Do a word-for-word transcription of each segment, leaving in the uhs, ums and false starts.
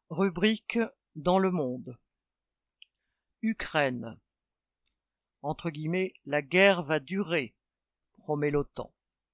Rubrique dans le monde. Ukraine. Entre guillemets, la guerre va durer, promet l'OTAN.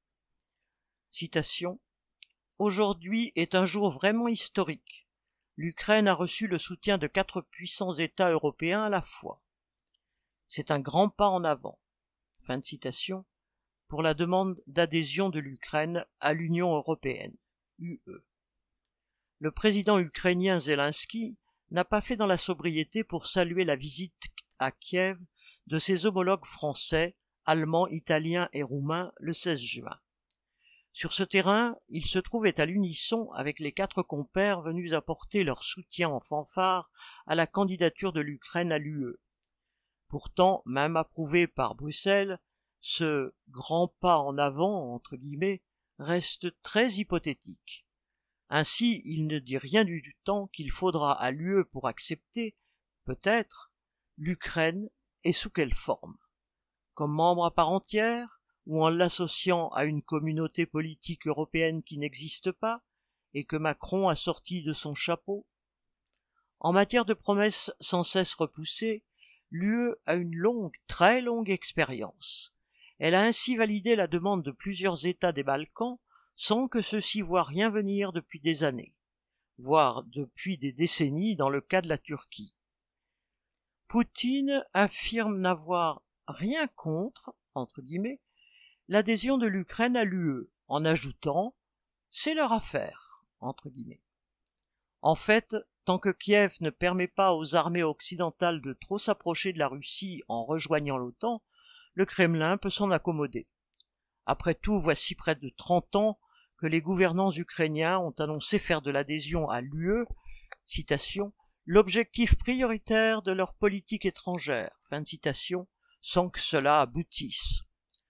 Citation. Aujourd'hui est un jour vraiment historique. L'Ukraine a reçu le soutien de quatre puissants États européens à la fois. C'est un grand pas en avant. Fin de citation. Pour la demande d'adhésion de l'Ukraine à l'Union européenne, U E. Le président ukrainien Zelensky n'a pas fait dans la sobriété pour saluer la visite à Kiev de ses homologues français, allemands, italiens et roumains le seize juin. Sur ce terrain, il se trouvait à l'unisson avec les quatre compères venus apporter leur soutien en fanfare à la candidature de l'Ukraine à l'U E. Pourtant, même approuvé par Bruxelles, ce « grand pas en avant » entre guillemets reste très hypothétique. Ainsi, il ne dit rien du temps qu'il faudra à l'U E pour accepter, peut-être, l'Ukraine et sous quelle forme. Comme membre à part entière, ou en l'associant à une communauté politique européenne qui n'existe pas, et que Macron a sorti de son chapeau. En matière de promesses sans cesse repoussées, l'U E a une longue, très longue expérience. Elle a ainsi validé la demande de plusieurs États des Balkans sans que ceux-ci voient rien venir depuis des années, voire depuis des décennies dans le cas de la Turquie. Poutine affirme n'avoir rien contre, entre guillemets, l'adhésion de l'Ukraine à l'U E, en ajoutant « c'est leur affaire », entre guillemets. En fait, tant que Kiev ne permet pas aux armées occidentales de trop s'approcher de la Russie en rejoignant l'OTAN, le Kremlin peut s'en accommoder. Après tout, voici près de trente ans que les gouvernants ukrainiens ont annoncé faire de l'adhésion à l'U E, citation, l'objectif prioritaire de leur politique étrangère, fin de citation, sans que cela aboutisse.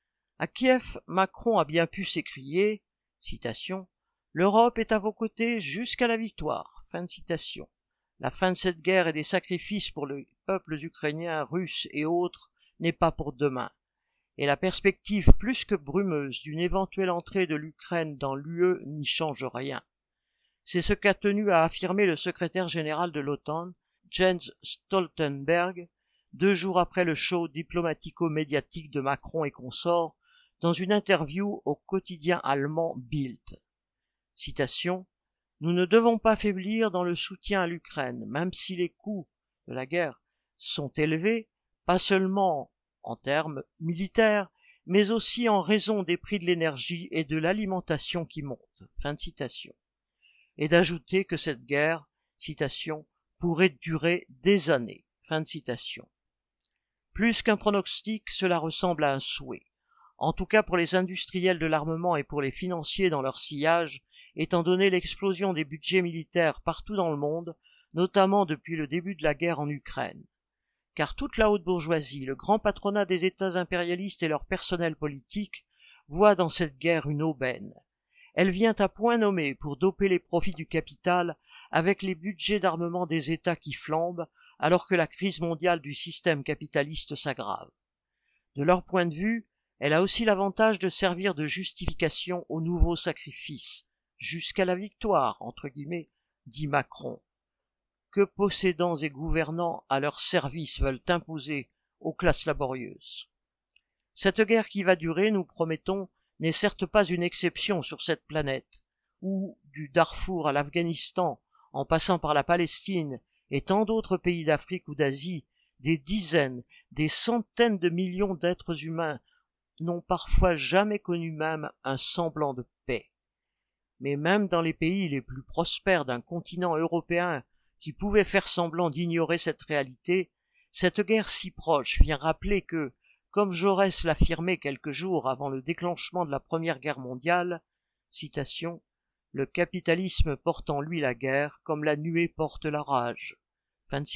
À Kiev, Macron a bien pu s'écrier, citation, l'Europe est à vos côtés jusqu'à la victoire, fin de citation. La fin de cette guerre et des sacrifices pour les peuples ukrainiens, russes et autres n'est pas pour demain. Et la perspective plus que brumeuse d'une éventuelle entrée de l'Ukraine dans l'U E n'y change rien. C'est ce qu'a tenu à affirmer le secrétaire général de l'OTAN, Jens Stoltenberg, deux jours après le show diplomatico-médiatique de Macron et consorts, dans une interview au quotidien allemand Bild. Citation, « Nous ne devons pas faiblir dans le soutien à l'Ukraine, même si les coûts de la guerre sont élevés, pas seulement en termes militaires, mais aussi en raison des prix de l'énergie et de l'alimentation qui montent. » Fin de citation. Et d'ajouter que cette guerre, citation, pourrait durer des années. Fin de citation. Plus qu'un pronostic, cela ressemble à un souhait. En tout cas pour les industriels de l'armement et pour les financiers dans leur sillage, étant donné l'explosion des budgets militaires partout dans le monde, notamment depuis le début de la guerre en Ukraine. Car toute la haute bourgeoisie, le grand patronat des États impérialistes et leur personnel politique voient dans cette guerre une aubaine. Elle vient à point nommé pour doper les profits du capital avec les budgets d'armement des États qui flambent, alors que la crise mondiale du système capitaliste s'aggrave. De leur point de vue, elle a aussi l'avantage de servir de justification aux nouveaux sacrifices, jusqu'à la victoire, entre guillemets, dit Macron, que possédants et gouvernants à leur service veulent imposer aux classes laborieuses. Cette guerre qui va durer, nous promettons, n'est certes pas une exception sur cette planète, où, du Darfour à l'Afghanistan, en passant par la Palestine et tant d'autres pays d'Afrique ou d'Asie, des dizaines, des centaines de millions d'êtres humains n'ont parfois jamais connu même un semblant de paix. Mais même dans les pays les plus prospères d'un continent européen qui pouvait faire semblant d'ignorer cette réalité, cette guerre si proche vient rappeler que, comme Jaurès l'affirmait quelques jours avant le déclenchement de la Première Guerre mondiale, citation, « Le capitalisme porte en lui la guerre comme la nuée porte la rage ».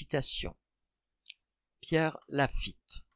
Fin de citation. Pierre Lafitte.